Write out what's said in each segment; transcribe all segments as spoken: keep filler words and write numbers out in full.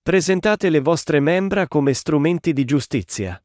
Presentate le vostre membra come strumenti di giustizia.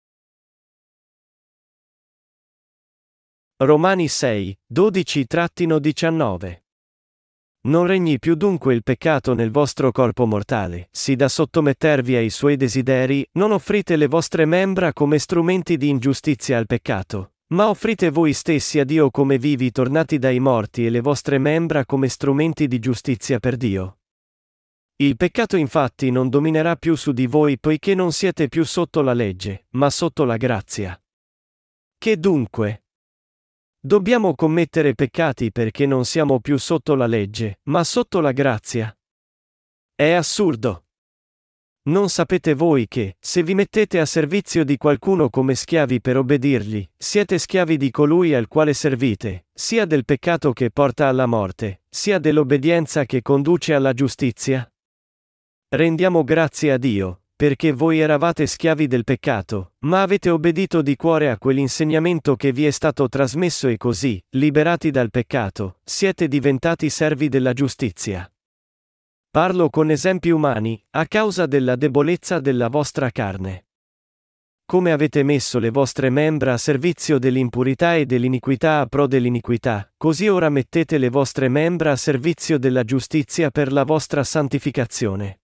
Romani sei, dodici diciannove. Non regni più dunque il peccato nel vostro corpo mortale, sì da sottomettervi ai suoi desideri, non offrite le vostre membra come strumenti di ingiustizia al peccato, ma offrite voi stessi a Dio come vivi tornati dai morti e le vostre membra come strumenti di giustizia per Dio. Il peccato infatti non dominerà più su di voi poiché non siete più sotto la legge, ma sotto la grazia. Che dunque? Dobbiamo commettere peccati perché non siamo più sotto la legge, ma sotto la grazia? È assurdo. Non sapete voi che, se vi mettete a servizio di qualcuno come schiavi per obbedirgli, siete schiavi di colui al quale servite, sia del peccato che porta alla morte, sia dell'obbedienza che conduce alla giustizia? Rendiamo grazie a Dio, perché voi eravate schiavi del peccato, ma avete obbedito di cuore a quell'insegnamento che vi è stato trasmesso e così, liberati dal peccato, siete diventati servi della giustizia. Parlo con esempi umani, a causa della debolezza della vostra carne. Come avete messo le vostre membra a servizio dell'impurità e dell'iniquità a pro dell'iniquità, così ora mettete le vostre membra a servizio della giustizia per la vostra santificazione.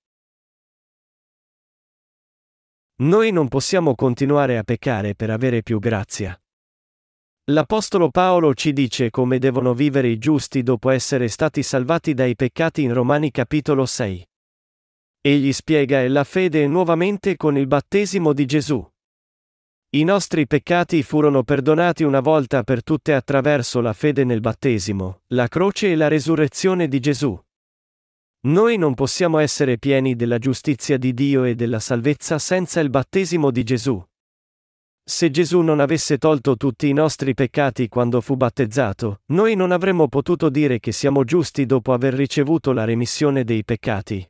Noi non possiamo continuare a peccare per avere più grazia. L'Apostolo Paolo ci dice come devono vivere i giusti dopo essere stati salvati dai peccati in Romani capitolo sei. Egli spiega la fede nuovamente con il battesimo di Gesù. I nostri peccati furono perdonati una volta per tutte attraverso la fede nel battesimo, la croce e la resurrezione di Gesù. Noi non possiamo essere pieni della giustizia di Dio e della salvezza senza il battesimo di Gesù. Se Gesù non avesse tolto tutti i nostri peccati quando fu battezzato, noi non avremmo potuto dire che siamo giusti dopo aver ricevuto la remissione dei peccati.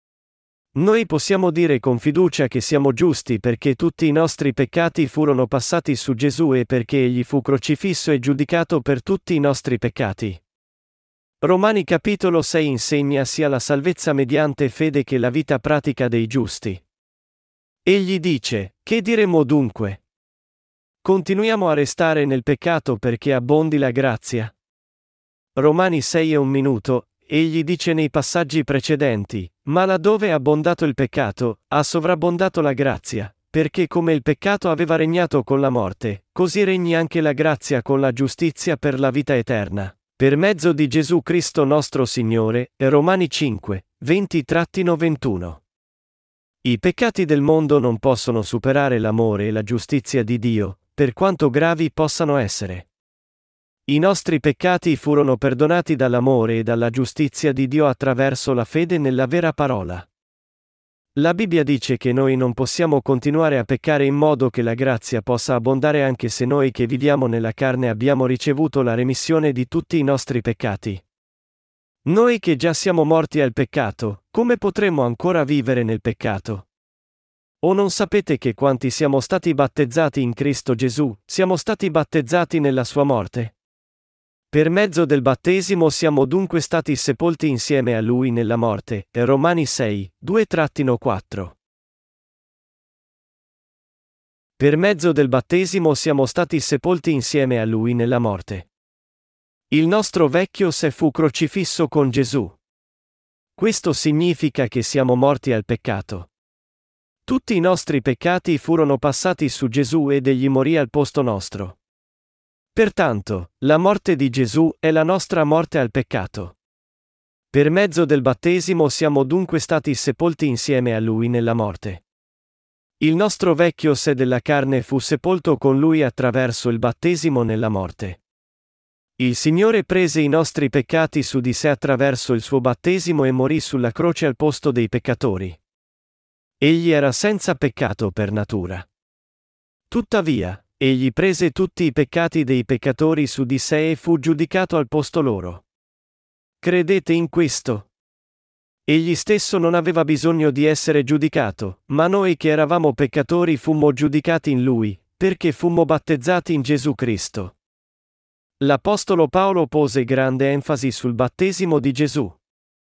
Noi possiamo dire con fiducia che siamo giusti perché tutti i nostri peccati furono passati su Gesù e perché Egli fu crocifisso e giudicato per tutti i nostri peccati. Romani capitolo sei insegna sia la salvezza mediante fede che la vita pratica dei giusti. Egli dice, che diremo dunque? Continuiamo a restare nel peccato perché abbondi la grazia? Romani sei e un minuto, egli dice nei passaggi precedenti, ma laddove è abbondato il peccato, ha sovrabbondato la grazia, perché come il peccato aveva regnato con la morte, così regni anche la grazia con la giustizia per la vita eterna. Per mezzo di Gesù Cristo nostro Signore, Romani cinque, venti ventuno. I peccati del mondo non possono superare l'amore e la giustizia di Dio, per quanto gravi possano essere. I nostri peccati furono perdonati dall'amore e dalla giustizia di Dio attraverso la fede nella vera parola. La Bibbia dice che noi non possiamo continuare a peccare in modo che la grazia possa abbondare anche se noi che viviamo nella carne abbiamo ricevuto la remissione di tutti i nostri peccati. Noi che già siamo morti al peccato, come potremmo ancora vivere nel peccato? O non sapete che quanti siamo stati battezzati in Cristo Gesù, siamo stati battezzati nella sua morte? Per mezzo del battesimo siamo dunque stati sepolti insieme a Lui nella morte, Romani sei, due quattro. Per mezzo del battesimo siamo stati sepolti insieme a Lui nella morte. Il nostro vecchio sé fu crocifisso con Gesù. Questo significa che siamo morti al peccato. Tutti i nostri peccati furono passati su Gesù ed Egli morì al posto nostro. Pertanto, la morte di Gesù è la nostra morte al peccato. Per mezzo del battesimo siamo dunque stati sepolti insieme a Lui nella morte. Il nostro vecchio sé della carne fu sepolto con Lui attraverso il battesimo nella morte. Il Signore prese i nostri peccati su di sé attraverso il suo battesimo e morì sulla croce al posto dei peccatori. Egli era senza peccato per natura. Tuttavia, Egli prese tutti i peccati dei peccatori su di sé e fu giudicato al posto loro. Credete in questo? Egli stesso non aveva bisogno di essere giudicato, ma noi che eravamo peccatori fummo giudicati in Lui, perché fummo battezzati in Gesù Cristo. L'Apostolo Paolo pose grande enfasi sul battesimo di Gesù.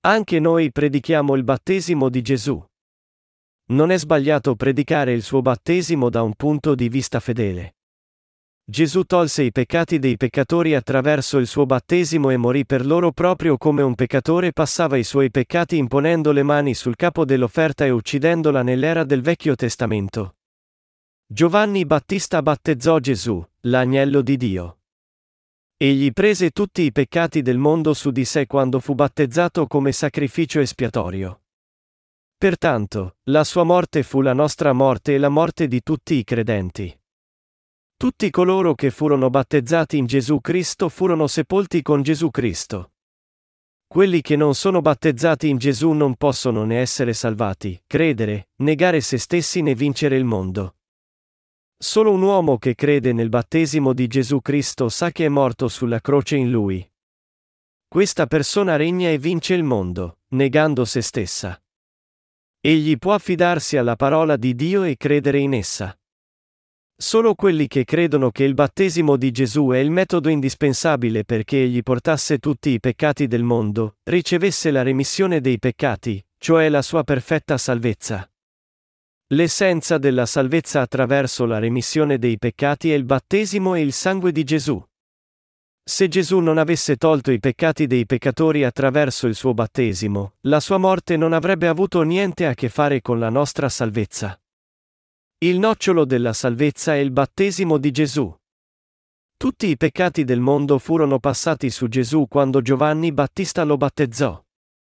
Anche noi predichiamo il battesimo di Gesù. Non è sbagliato predicare il suo battesimo da un punto di vista fedele. Gesù tolse i peccati dei peccatori attraverso il suo battesimo e morì per loro proprio come un peccatore passava i suoi peccati imponendo le mani sul capo dell'offerta e uccidendola nell'era del Vecchio Testamento. Giovanni Battista battezzò Gesù, l'agnello di Dio. Egli prese tutti i peccati del mondo su di sé quando fu battezzato come sacrificio espiatorio. Pertanto, la sua morte fu la nostra morte e la morte di tutti i credenti. Tutti coloro che furono battezzati in Gesù Cristo furono sepolti con Gesù Cristo. Quelli che non sono battezzati in Gesù non possono né essere salvati, credere, negare se stessi né vincere il mondo. Solo un uomo che crede nel battesimo di Gesù Cristo sa che è morto sulla croce in Lui. Questa persona regna e vince il mondo, negando se stessa. Egli può affidarsi alla parola di Dio e credere in essa. Solo quelli che credono che il battesimo di Gesù è il metodo indispensabile perché egli portasse tutti i peccati del mondo, ricevesse la remissione dei peccati, cioè la sua perfetta salvezza. L'essenza della salvezza attraverso la remissione dei peccati è il battesimo e il sangue di Gesù. Se Gesù non avesse tolto i peccati dei peccatori attraverso il suo battesimo, la sua morte non avrebbe avuto niente a che fare con la nostra salvezza. Il nocciolo della salvezza è il battesimo di Gesù. Tutti i peccati del mondo furono passati su Gesù quando Giovanni Battista lo battezzò.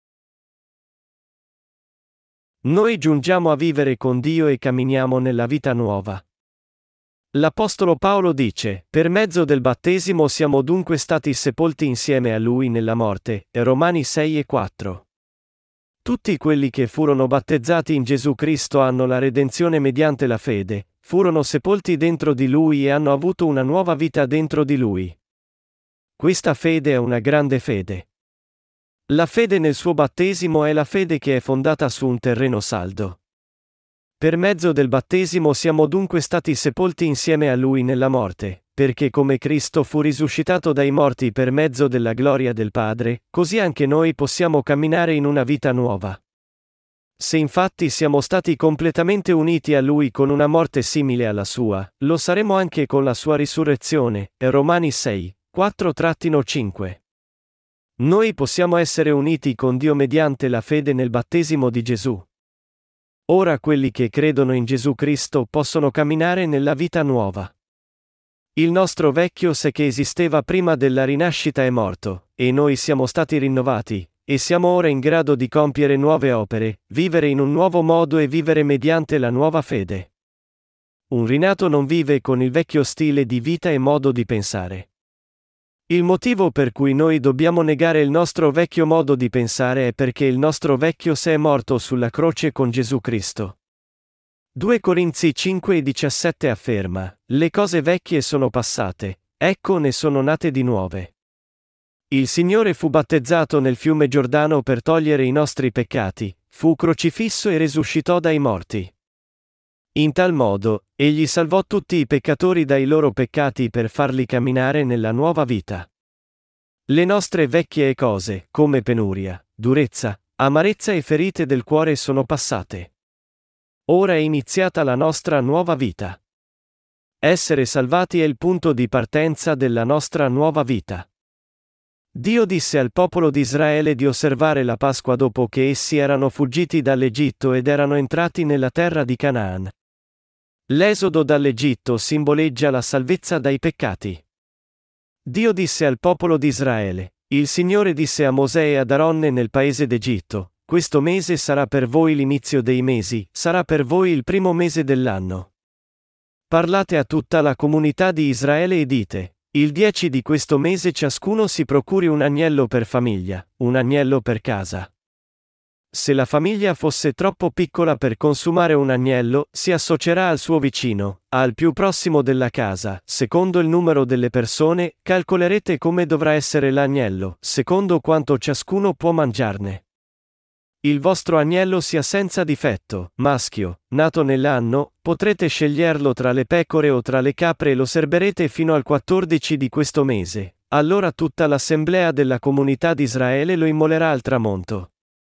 Noi giungiamo a vivere con Dio e camminiamo nella vita nuova. L'Apostolo Paolo dice: per mezzo del battesimo siamo dunque stati sepolti insieme a Lui nella morte, Romani sei e quattro. Tutti quelli che furono battezzati in Gesù Cristo hanno la redenzione mediante la fede, furono sepolti dentro di Lui e hanno avuto una nuova vita dentro di Lui. Questa fede è una grande fede. La fede nel suo battesimo è la fede che è fondata su un terreno saldo. Per mezzo del battesimo siamo dunque stati sepolti insieme a Lui nella morte, perché come Cristo fu risuscitato dai morti per mezzo della gloria del Padre, così anche noi possiamo camminare in una vita nuova. Se infatti siamo stati completamente uniti a Lui con una morte simile alla sua, lo saremo anche con la sua risurrezione, Romani sei, quattro cinque. Noi possiamo essere uniti con Dio mediante la fede nel battesimo di Gesù. Ora quelli che credono in Gesù Cristo possono camminare nella vita nuova. Il nostro vecchio sé che esisteva prima della rinascita è morto, e noi siamo stati rinnovati, e siamo ora in grado di compiere nuove opere, vivere in un nuovo modo e vivere mediante la nuova fede. Un rinato non vive con il vecchio stile di vita e modo di pensare. Il motivo per cui noi dobbiamo negare il nostro vecchio modo di pensare è perché il nostro vecchio sé è morto sulla croce con Gesù Cristo. due Corinzi cinque e diciassette afferma: le cose vecchie sono passate, ecco ne sono nate di nuove. Il Signore fu battezzato nel fiume Giordano per togliere i nostri peccati, fu crocifisso e risuscitò dai morti. In tal modo, egli salvò tutti i peccatori dai loro peccati per farli camminare nella nuova vita. Le nostre vecchie cose, come penuria, durezza, amarezza e ferite del cuore sono passate. Ora è iniziata la nostra nuova vita. Essere salvati è il punto di partenza della nostra nuova vita. Dio disse al popolo di Israele di osservare la Pasqua dopo che essi erano fuggiti dall'Egitto ed erano entrati nella terra di Canaan. L'esodo dall'Egitto simboleggia la salvezza dai peccati. Dio disse al popolo di Israele: il Signore disse a Mosè e ad Aronne nel paese d'Egitto: questo mese sarà per voi l'inizio dei mesi, sarà per voi il primo mese dell'anno. Parlate a tutta la comunità di Israele e dite: il dieci di questo mese ciascuno si procuri un agnello per famiglia, un agnello per casa. Se la famiglia fosse troppo piccola per consumare un agnello, si associerà al suo vicino, al più prossimo della casa, secondo il numero delle persone, calcolerete come dovrà essere l'agnello, secondo quanto ciascuno può mangiarne. Il vostro agnello sia senza difetto, maschio, nato nell'anno, potrete sceglierlo tra le pecore o tra le capre e lo serberete fino al quattordici di questo mese, allora tutta l'assemblea della comunità di Israele lo immolerà al tramonto.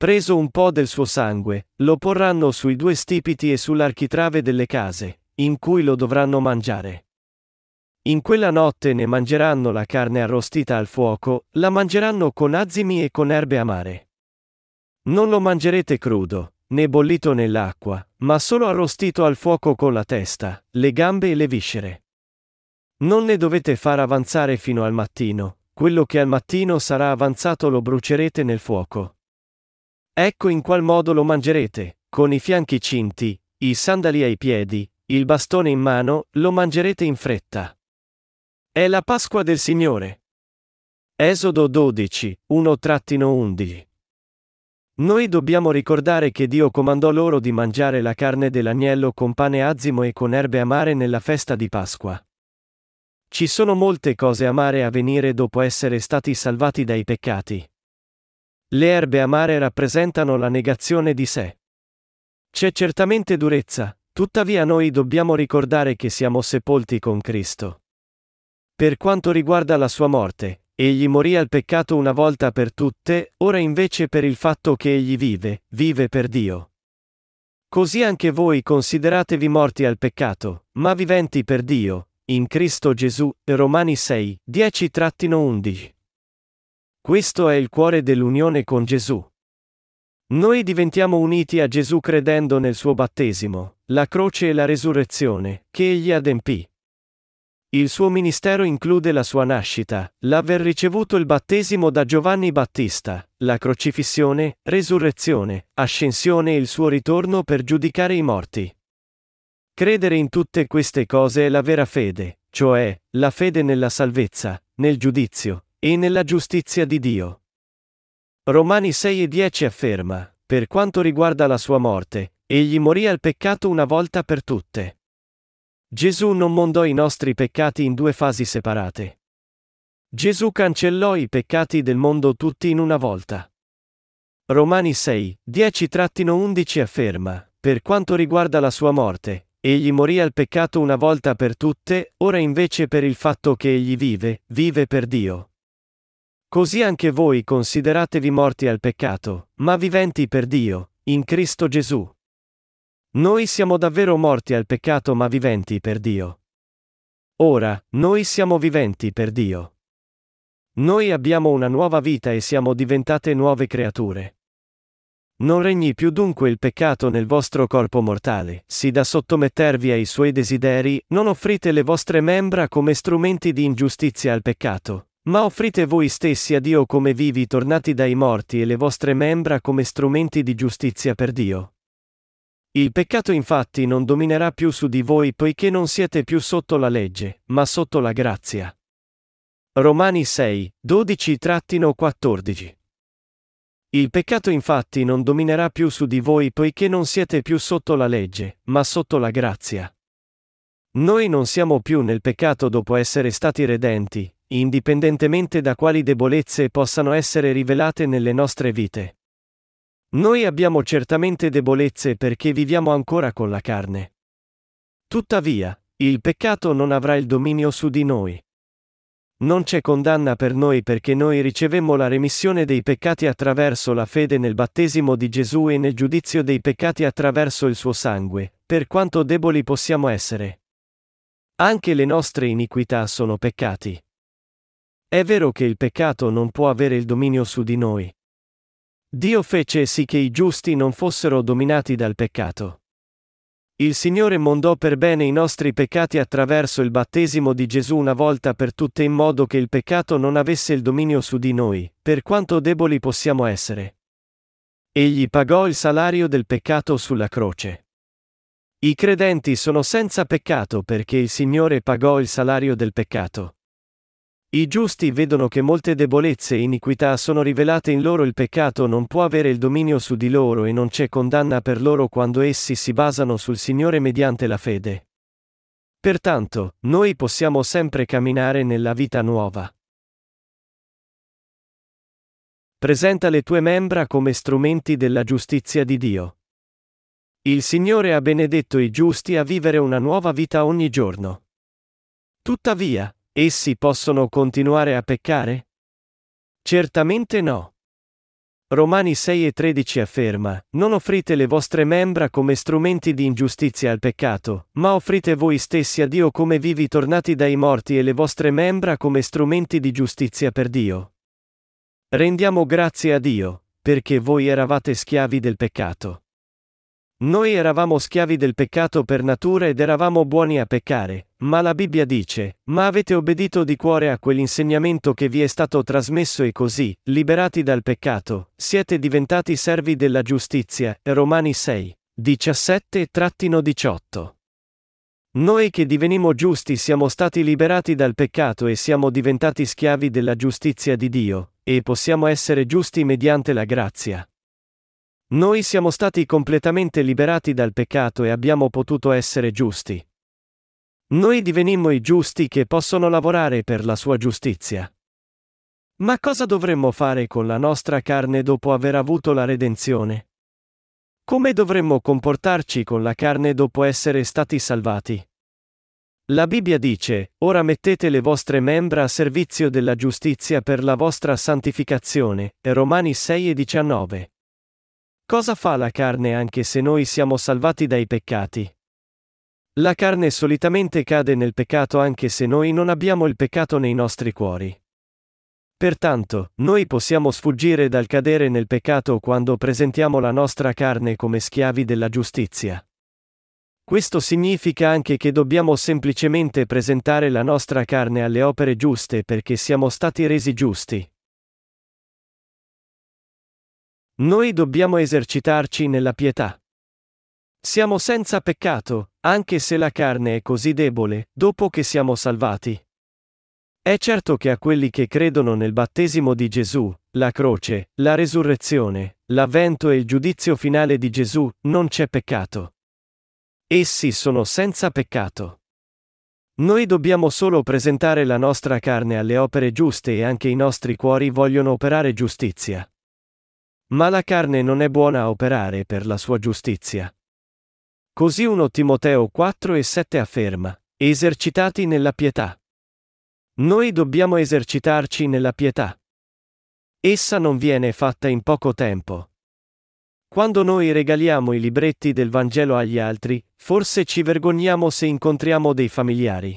preso un po' del suo sangue, lo porranno sui due stipiti e sull'architrave delle case, in cui lo dovranno mangiare. In quella notte ne mangeranno la carne arrostita al fuoco, la mangeranno con azimi e con erbe amare. Non lo mangerete crudo, né bollito nell'acqua, ma solo arrostito al fuoco con la testa, le gambe e le viscere. Non ne dovete far avanzare fino al mattino, quello che al mattino sarà avanzato lo brucerete nel fuoco. Ecco in qual modo lo mangerete, con i fianchi cinti, i sandali ai piedi, il bastone in mano, lo mangerete in fretta. È la Pasqua del Signore. Esodo dodici, uno undici. Noi dobbiamo ricordare che Dio comandò loro di mangiare la carne dell'agnello con pane azimo e con erbe amare nella festa di Pasqua. Ci sono molte cose amare a venire dopo essere stati salvati dai peccati. Le erbe amare rappresentano la negazione di sé. C'è certamente durezza, tuttavia noi dobbiamo ricordare che siamo sepolti con Cristo. Per quanto riguarda la sua morte, egli morì al peccato una volta per tutte, ora invece per il fatto che egli vive, vive per Dio. Così anche voi consideratevi morti al peccato, ma viventi per Dio, in Cristo Gesù. Romani sei, dieci undici. Questo è il cuore dell'unione con Gesù. Noi diventiamo uniti a Gesù credendo nel suo battesimo, la croce e la resurrezione, che egli adempì. Il suo ministero include la sua nascita, l'aver ricevuto il battesimo da Giovanni Battista, la crocifissione, resurrezione, ascensione e il suo ritorno per giudicare i morti. Credere in tutte queste cose è la vera fede, cioè, la fede nella salvezza, nel giudizio, e nella giustizia di Dio. Romani sei e dieci afferma, per quanto riguarda la sua morte, egli morì al peccato una volta per tutte. Gesù non mondò i nostri peccati in due fasi separate. Gesù cancellò i peccati del mondo tutti in una volta. Romani sei, dieci undici afferma, per quanto riguarda la sua morte, egli morì al peccato una volta per tutte, ora invece per il fatto che egli vive, vive per Dio. Così anche voi consideratevi morti al peccato, ma viventi per Dio, in Cristo Gesù. Noi siamo davvero morti al peccato ma viventi per Dio. Ora, noi siamo viventi per Dio. Noi abbiamo una nuova vita e siamo diventate nuove creature. Non regni più dunque il peccato nel vostro corpo mortale, sì da sottomettervi ai suoi desideri, non offrite le vostre membra come strumenti di ingiustizia al peccato, ma offrite voi stessi a Dio come vivi tornati dai morti e le vostre membra come strumenti di giustizia per Dio. Il peccato infatti non dominerà più su di voi poiché non siete più sotto la legge, ma sotto la grazia. Romani sei, dodici quattordici. Il peccato infatti non dominerà più su di voi poiché non siete più sotto la legge, ma sotto la grazia. Noi non siamo più nel peccato dopo essere stati redenti, indipendentemente da quali debolezze possano essere rivelate nelle nostre vite. Noi abbiamo certamente debolezze perché viviamo ancora con la carne. Tuttavia, il peccato non avrà il dominio su di noi. Non c'è condanna per noi perché noi ricevemmo la remissione dei peccati attraverso la fede nel battesimo di Gesù e nel giudizio dei peccati attraverso il suo sangue, per quanto deboli possiamo essere. Anche le nostre iniquità sono peccati. È vero che il peccato non può avere il dominio su di noi. Dio fece sì che i giusti non fossero dominati dal peccato. Il Signore mondò per bene i nostri peccati attraverso il battesimo di Gesù una volta per tutte in modo che il peccato non avesse il dominio su di noi, per quanto deboli possiamo essere. Egli pagò il salario del peccato sulla croce. I credenti sono senza peccato perché il Signore pagò il salario del peccato. I giusti vedono che molte debolezze e iniquità sono rivelate in loro, il peccato non può avere il dominio su di loro e non c'è condanna per loro quando essi si basano sul Signore mediante la fede. Pertanto, noi possiamo sempre camminare nella vita nuova. Presenta le tue membra come strumenti della giustizia di Dio. Il Signore ha benedetto i giusti a vivere una nuova vita ogni giorno. Tuttavia, essi possono continuare a peccare? Certamente no. Romani sei e tredici afferma: non offrite le vostre membra come strumenti di ingiustizia al peccato, ma offrite voi stessi a Dio come vivi tornati dai morti e le vostre membra come strumenti di giustizia per Dio. Rendiamo grazie a Dio, perché voi eravate schiavi del peccato. Noi eravamo schiavi del peccato per natura ed eravamo buoni a peccare, ma la Bibbia dice: ma avete obbedito di cuore a quell'insegnamento che vi è stato trasmesso e così, liberati dal peccato, siete diventati servi della giustizia. Romani sei, diciassette diciotto. Noi che divenimo giusti siamo stati liberati dal peccato e siamo diventati schiavi della giustizia di Dio, e possiamo essere giusti mediante la grazia. Noi siamo stati completamente liberati dal peccato e abbiamo potuto essere giusti. Noi divenimmo i giusti che possono lavorare per la sua giustizia. Ma cosa dovremmo fare con la nostra carne dopo aver avuto la redenzione? Come dovremmo comportarci con la carne dopo essere stati salvati? La Bibbia dice: ora mettete le vostre membra a servizio della giustizia per la vostra santificazione. Romani sei e diciannove. Cosa fa la carne anche se noi siamo salvati dai peccati? La carne solitamente cade nel peccato anche se noi non abbiamo il peccato nei nostri cuori. Pertanto, noi possiamo sfuggire dal cadere nel peccato quando presentiamo la nostra carne come schiavi della giustizia. Questo significa anche che dobbiamo semplicemente presentare la nostra carne alle opere giuste perché siamo stati resi giusti. Noi dobbiamo esercitarci nella pietà. Siamo senza peccato, anche se la carne è così debole, dopo che siamo salvati. È certo che a quelli che credono nel battesimo di Gesù, la croce, la resurrezione, l'avvento e il giudizio finale di Gesù, non c'è peccato. Essi sono senza peccato. Noi dobbiamo solo presentare la nostra carne alle opere giuste e anche i nostri cuori vogliono operare giustizia. Ma la carne non è buona a operare per la sua giustizia. Così primo Timoteo quattro e sette afferma: esercitati nella pietà. Noi dobbiamo esercitarci nella pietà. Essa non viene fatta in poco tempo. Quando noi regaliamo i libretti del Vangelo agli altri, forse ci vergogniamo se incontriamo dei familiari.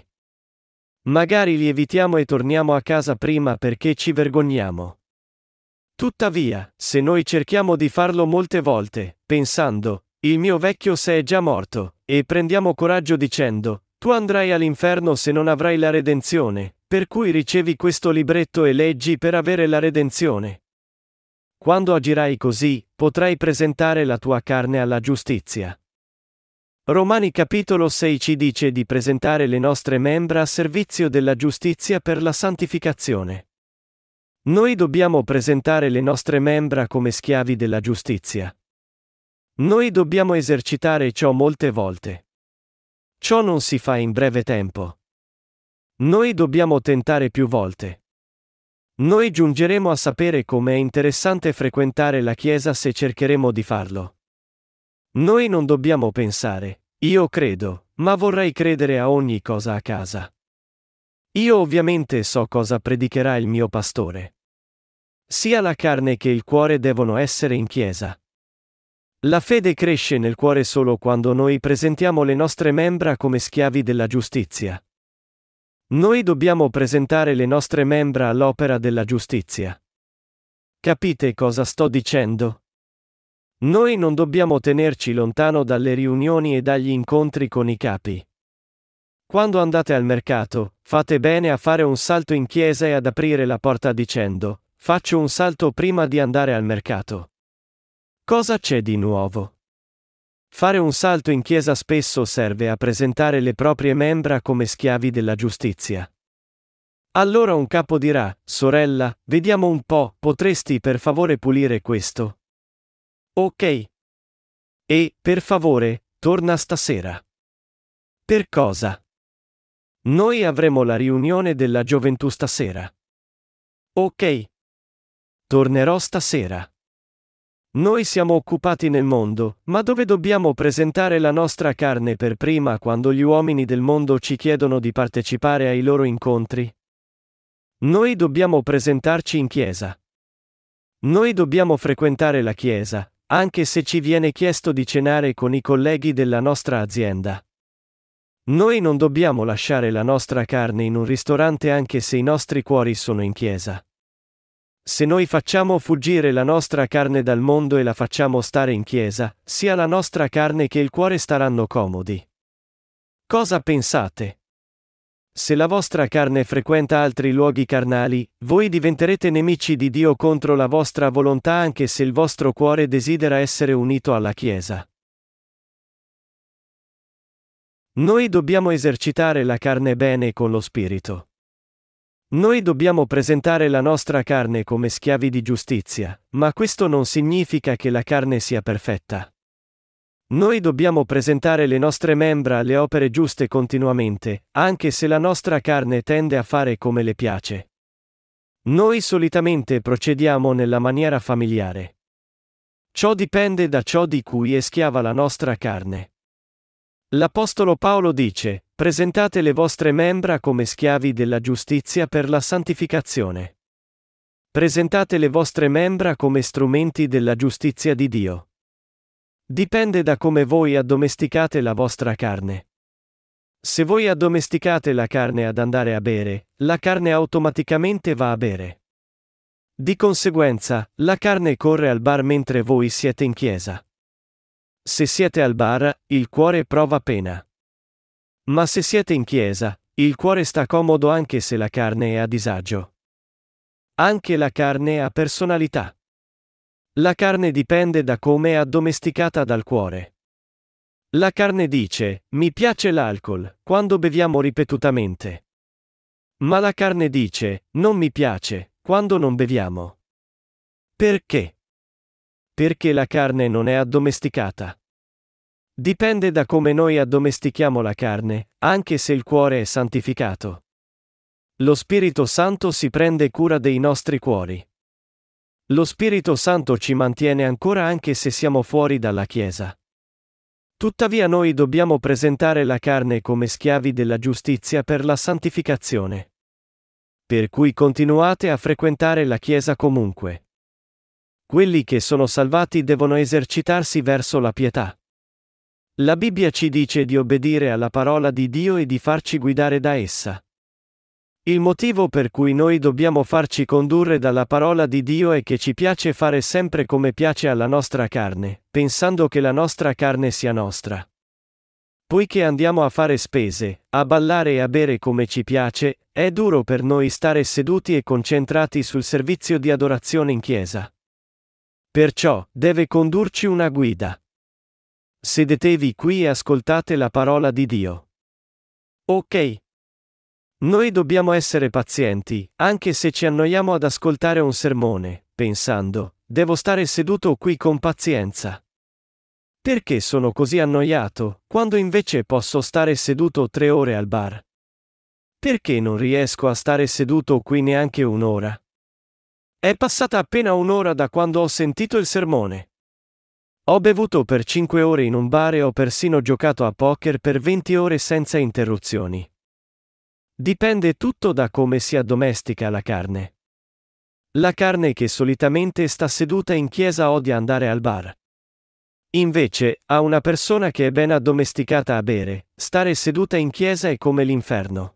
Magari li evitiamo e torniamo a casa prima perché ci vergogniamo. Tuttavia, se noi cerchiamo di farlo molte volte, pensando: il mio vecchio se è già morto, e prendiamo coraggio dicendo: tu andrai all'inferno se non avrai la redenzione, per cui ricevi questo libretto e leggi per avere la redenzione. Quando agirai così, potrai presentare la tua carne alla giustizia. Romani capitolo sei ci dice di presentare le nostre membra a servizio della giustizia per la santificazione. Noi dobbiamo presentare le nostre membra come schiavi della giustizia. Noi dobbiamo esercitare ciò molte volte. Ciò non si fa in breve tempo. Noi dobbiamo tentare più volte. Noi giungeremo a sapere come è interessante frequentare la Chiesa se cercheremo di farlo. Noi non dobbiamo pensare: io credo, ma vorrei credere a ogni cosa a casa. Io ovviamente so cosa predicherà il mio pastore. Sia la carne che il cuore devono essere in Chiesa. La fede cresce nel cuore solo quando noi presentiamo le nostre membra come schiavi della giustizia. Noi dobbiamo presentare le nostre membra all'opera della giustizia. Capite cosa sto dicendo? Noi non dobbiamo tenerci lontano dalle riunioni e dagli incontri con i capi. Quando andate al mercato, fate bene a fare un salto in chiesa e ad aprire la porta dicendo: faccio un salto prima di andare al mercato. Cosa c'è di nuovo? Fare un salto in chiesa spesso serve a presentare le proprie membra come schiavi della giustizia. Allora un capo dirà: sorella, vediamo un po', potresti per favore pulire questo? Ok. E, per favore, torna stasera. Per cosa? Noi avremo la riunione della gioventù stasera. Ok. Tornerò stasera. Noi siamo occupati nel mondo, ma dove dobbiamo presentare la nostra carne per prima quando gli uomini del mondo ci chiedono di partecipare ai loro incontri? Noi dobbiamo presentarci in chiesa. Noi dobbiamo frequentare la Chiesa, anche se ci viene chiesto di cenare con i colleghi della nostra azienda. Noi non dobbiamo lasciare la nostra carne in un ristorante anche se i nostri cuori sono in chiesa. Se noi facciamo fuggire la nostra carne dal mondo e la facciamo stare in chiesa, sia la nostra carne che il cuore staranno comodi. Cosa pensate? Se la vostra carne frequenta altri luoghi carnali, voi diventerete nemici di Dio contro la vostra volontà anche se il vostro cuore desidera essere unito alla Chiesa. Noi dobbiamo esercitare la carne bene con lo Spirito. Noi dobbiamo presentare la nostra carne come schiavi di giustizia, ma questo non significa che la carne sia perfetta. Noi dobbiamo presentare le nostre membra alle opere giuste continuamente, anche se la nostra carne tende a fare come le piace. Noi solitamente procediamo nella maniera familiare. Ciò dipende da ciò di cui è schiava la nostra carne. L'Apostolo Paolo dice: presentate le vostre membra come schiavi della giustizia per la santificazione. Presentate le vostre membra come strumenti della giustizia di Dio. Dipende da come voi addomesticate la vostra carne. Se voi addomesticate la carne ad andare a bere, la carne automaticamente va a bere. Di conseguenza, la carne corre al bar mentre voi siete in chiesa. Se siete al bar, il cuore prova pena. Ma se siete in chiesa, il cuore sta comodo anche se la carne è a disagio. Anche la carne ha personalità. La carne dipende da come è addomesticata dal cuore. La carne dice: mi piace l'alcol, quando beviamo ripetutamente. Ma la carne dice: non mi piace, quando non beviamo. Perché? Perché la carne non è addomesticata. Dipende da come noi addomestichiamo la carne, anche se il cuore è santificato. Lo Spirito Santo si prende cura dei nostri cuori. Lo Spirito Santo ci mantiene ancora anche se siamo fuori dalla Chiesa. Tuttavia noi dobbiamo presentare la carne come schiavi della giustizia per la santificazione. Per cui continuate a frequentare la Chiesa comunque. Quelli che sono salvati devono esercitarsi verso la pietà. La Bibbia ci dice di obbedire alla parola di Dio e di farci guidare da essa. Il motivo per cui noi dobbiamo farci condurre dalla parola di Dio è che ci piace fare sempre come piace alla nostra carne, pensando che la nostra carne sia nostra. Poiché andiamo a fare spese, a ballare e a bere come ci piace, è duro per noi stare seduti e concentrati sul servizio di adorazione in chiesa. Perciò, deve condurci una guida. Sedetevi qui e ascoltate la parola di Dio. Ok? Noi dobbiamo essere pazienti, anche se ci annoiamo ad ascoltare un sermone, pensando: devo stare seduto qui con pazienza. Perché sono così annoiato, quando invece posso stare seduto tre ore al bar? Perché non riesco a stare seduto qui neanche un'ora? È passata appena un'ora da quando ho sentito il sermone. Ho bevuto per cinque ore in un bar e ho persino giocato a poker per venti ore senza interruzioni. Dipende tutto da come si addomestica la carne. La carne che solitamente sta seduta in chiesa odia andare al bar. Invece, a una persona che è ben addomesticata a bere, stare seduta in chiesa è come l'inferno.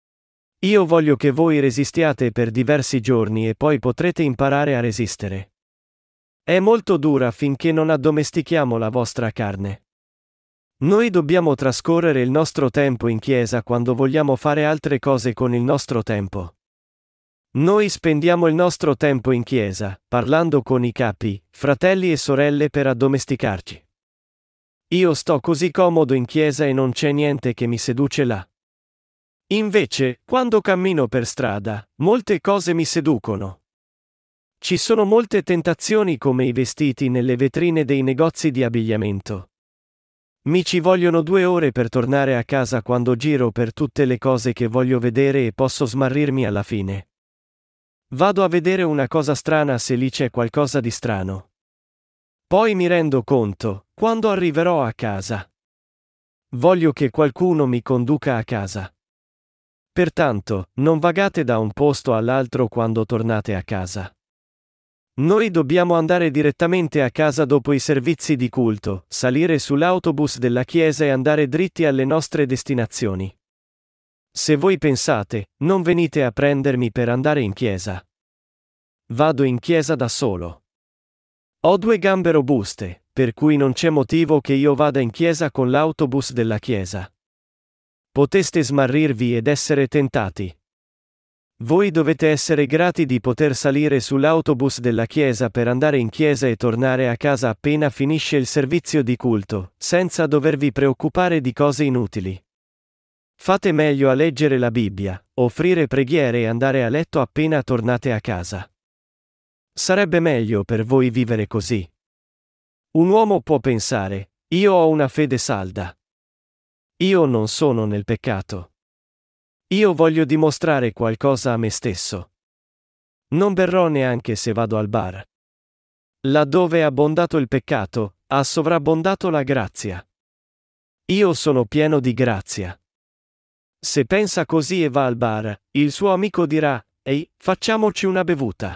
Io voglio che voi resistiate per diversi giorni e poi potrete imparare a resistere. È molto dura finché non addomestichiamo la vostra carne. Noi dobbiamo trascorrere il nostro tempo in chiesa quando vogliamo fare altre cose con il nostro tempo. Noi spendiamo il nostro tempo in chiesa, parlando con i capi, fratelli e sorelle per addomesticarci. Io sto così comodo in chiesa e non c'è niente che mi seduce là. Invece, quando cammino per strada, molte cose mi seducono. Ci sono molte tentazioni come i vestiti nelle vetrine dei negozi di abbigliamento. Mi ci vogliono due ore per tornare a casa quando giro per tutte le cose che voglio vedere e posso smarrirmi alla fine. Vado a vedere una cosa strana se lì c'è qualcosa di strano. Poi mi rendo conto, quando arriverò a casa. Voglio che qualcuno mi conduca a casa. Pertanto, non vagate da un posto all'altro quando tornate a casa. Noi dobbiamo andare direttamente a casa dopo i servizi di culto, salire sull'autobus della chiesa e andare dritti alle nostre destinazioni. Se voi pensate, non venite a prendermi per andare in chiesa. Vado in chiesa da solo. Ho due gambe robuste, per cui non c'è motivo che io vada in chiesa con l'autobus della chiesa. Poteste smarrirvi ed essere tentati. Voi dovete essere grati di poter salire sull'autobus della chiesa per andare in chiesa e tornare a casa appena finisce il servizio di culto, senza dovervi preoccupare di cose inutili. Fate meglio a leggere la Bibbia, offrire preghiere e andare a letto appena tornate a casa. Sarebbe meglio per voi vivere così. Un uomo può pensare, io ho una fede salda. Io non sono nel peccato. Io voglio dimostrare qualcosa a me stesso. Non berrò neanche se vado al bar. Laddove è abbondato il peccato, ha sovrabbondato la grazia. Io sono pieno di grazia. Se pensa così e va al bar, il suo amico dirà, ehi, facciamoci una bevuta.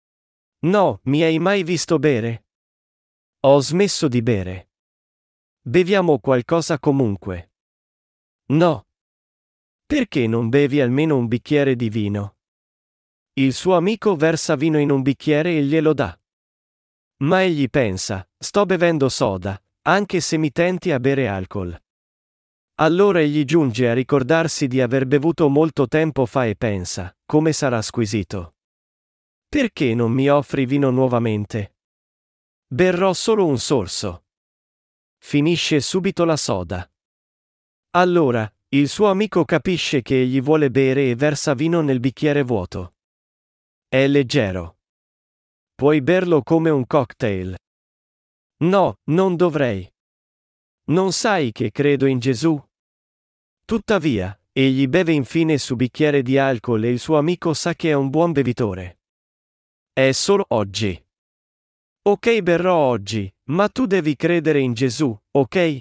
No, mi hai mai visto bere? Ho smesso di bere. Beviamo qualcosa comunque. No. Perché non bevi almeno un bicchiere di vino? Il suo amico versa vino in un bicchiere e glielo dà. Ma egli pensa, sto bevendo soda, anche se mi tenti a bere alcol. Allora egli giunge a ricordarsi di aver bevuto molto tempo fa e pensa, come sarà squisito. Perché non mi offri vino nuovamente? Berrò solo un sorso. Finisce subito la soda. Allora, il suo amico capisce che egli vuole bere e versa vino nel bicchiere vuoto. È leggero. Puoi berlo come un cocktail. No, non dovrei. Non sai che credo in Gesù? Tuttavia, egli beve infine su bicchiere di alcol e il suo amico sa che è un buon bevitore. È solo oggi. Ok, berrò oggi, ma tu devi credere in Gesù, ok?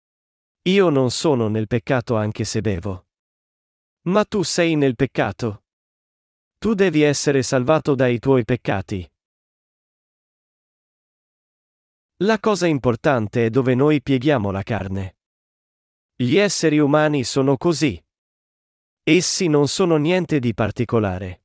Io non sono nel peccato anche se bevo. Ma tu sei nel peccato. Tu devi essere salvato dai tuoi peccati. La cosa importante è dove noi pieghiamo la carne. Gli esseri umani sono così. Essi non sono niente di particolare.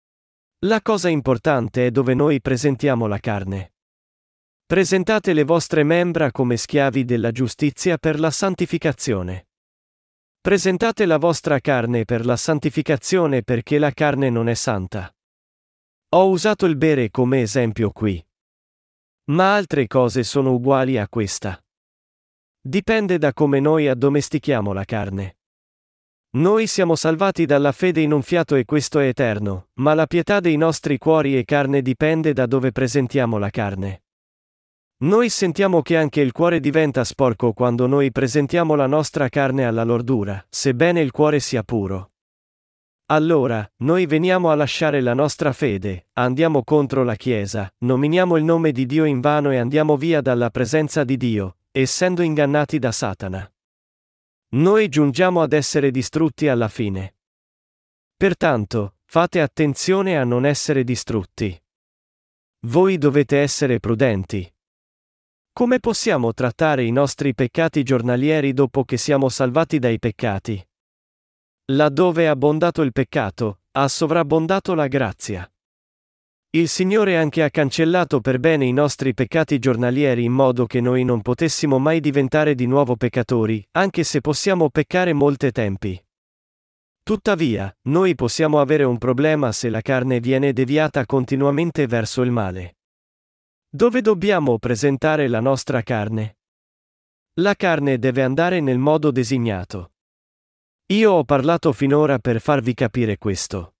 La cosa importante è dove noi presentiamo la carne. Presentate le vostre membra come schiavi della giustizia per la santificazione. Presentate la vostra carne per la santificazione perché la carne non è santa. Ho usato il bere come esempio qui. Ma altre cose sono uguali a questa. Dipende da come noi addomestichiamo la carne. Noi siamo salvati dalla fede in un fiato e questo è eterno, ma la pietà dei nostri cuori e carne dipende da dove presentiamo la carne. Noi sentiamo che anche il cuore diventa sporco quando noi presentiamo la nostra carne alla lordura, sebbene il cuore sia puro. Allora, noi veniamo a lasciare la nostra fede, andiamo contro la Chiesa, nominiamo il nome di Dio invano e andiamo via dalla presenza di Dio, essendo ingannati da Satana. Noi giungiamo ad essere distrutti alla fine. Pertanto, fate attenzione a non essere distrutti. Voi dovete essere prudenti. Come possiamo trattare i nostri peccati giornalieri dopo che siamo salvati dai peccati? Laddove è abbondato il peccato, ha sovrabbondato la grazia. Il Signore anche ha cancellato per bene i nostri peccati giornalieri in modo che noi non potessimo mai diventare di nuovo peccatori, anche se possiamo peccare molte tempi. Tuttavia, noi possiamo avere un problema se la carne viene deviata continuamente verso il male. Dove dobbiamo presentare la nostra carne? La carne deve andare nel modo designato. Io ho parlato finora per farvi capire questo.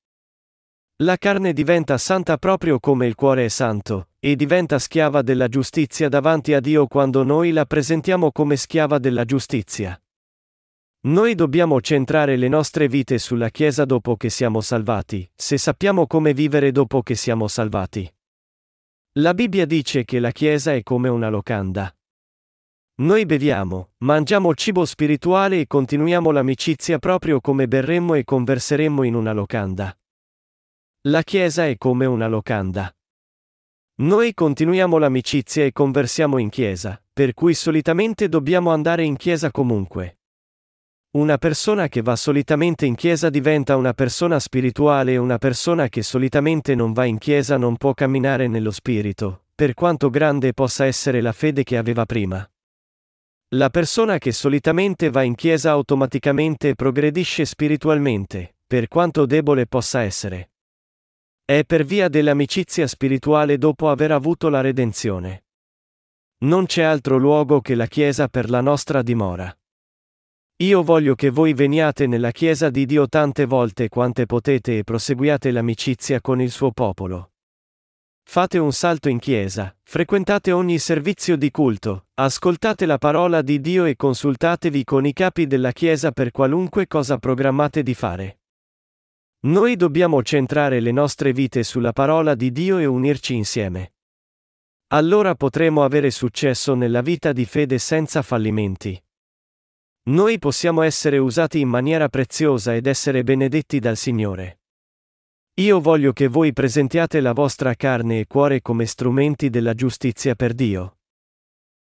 La carne diventa santa proprio come il cuore è santo, e diventa schiava della giustizia davanti a Dio quando noi la presentiamo come schiava della giustizia. Noi dobbiamo centrare le nostre vite sulla Chiesa dopo che siamo salvati, se sappiamo come vivere dopo che siamo salvati. La Bibbia dice che la Chiesa è come una locanda. Noi beviamo, mangiamo cibo spirituale e continuiamo l'amicizia proprio come berremmo e converseremmo in una locanda. La Chiesa è come una locanda. Noi continuiamo l'amicizia e conversiamo in chiesa, per cui solitamente dobbiamo andare in chiesa comunque. Una persona che va solitamente in chiesa diventa una persona spirituale e una persona che solitamente non va in chiesa non può camminare nello spirito, per quanto grande possa essere la fede che aveva prima. La persona che solitamente va in chiesa automaticamente progredisce spiritualmente, per quanto debole possa essere. È per via dell'amicizia spirituale dopo aver avuto la redenzione. Non c'è altro luogo che la chiesa per la nostra dimora. Io voglio che voi veniate nella chiesa di Dio tante volte quante potete e proseguiate l'amicizia con il suo popolo. Fate un salto in chiesa, frequentate ogni servizio di culto, ascoltate la parola di Dio e consultatevi con i capi della chiesa per qualunque cosa programmate di fare. Noi dobbiamo centrare le nostre vite sulla parola di Dio e unirci insieme. Allora potremo avere successo nella vita di fede senza fallimenti. Noi possiamo essere usati in maniera preziosa ed essere benedetti dal Signore. Io voglio che voi presentiate la vostra carne e cuore come strumenti della giustizia per Dio.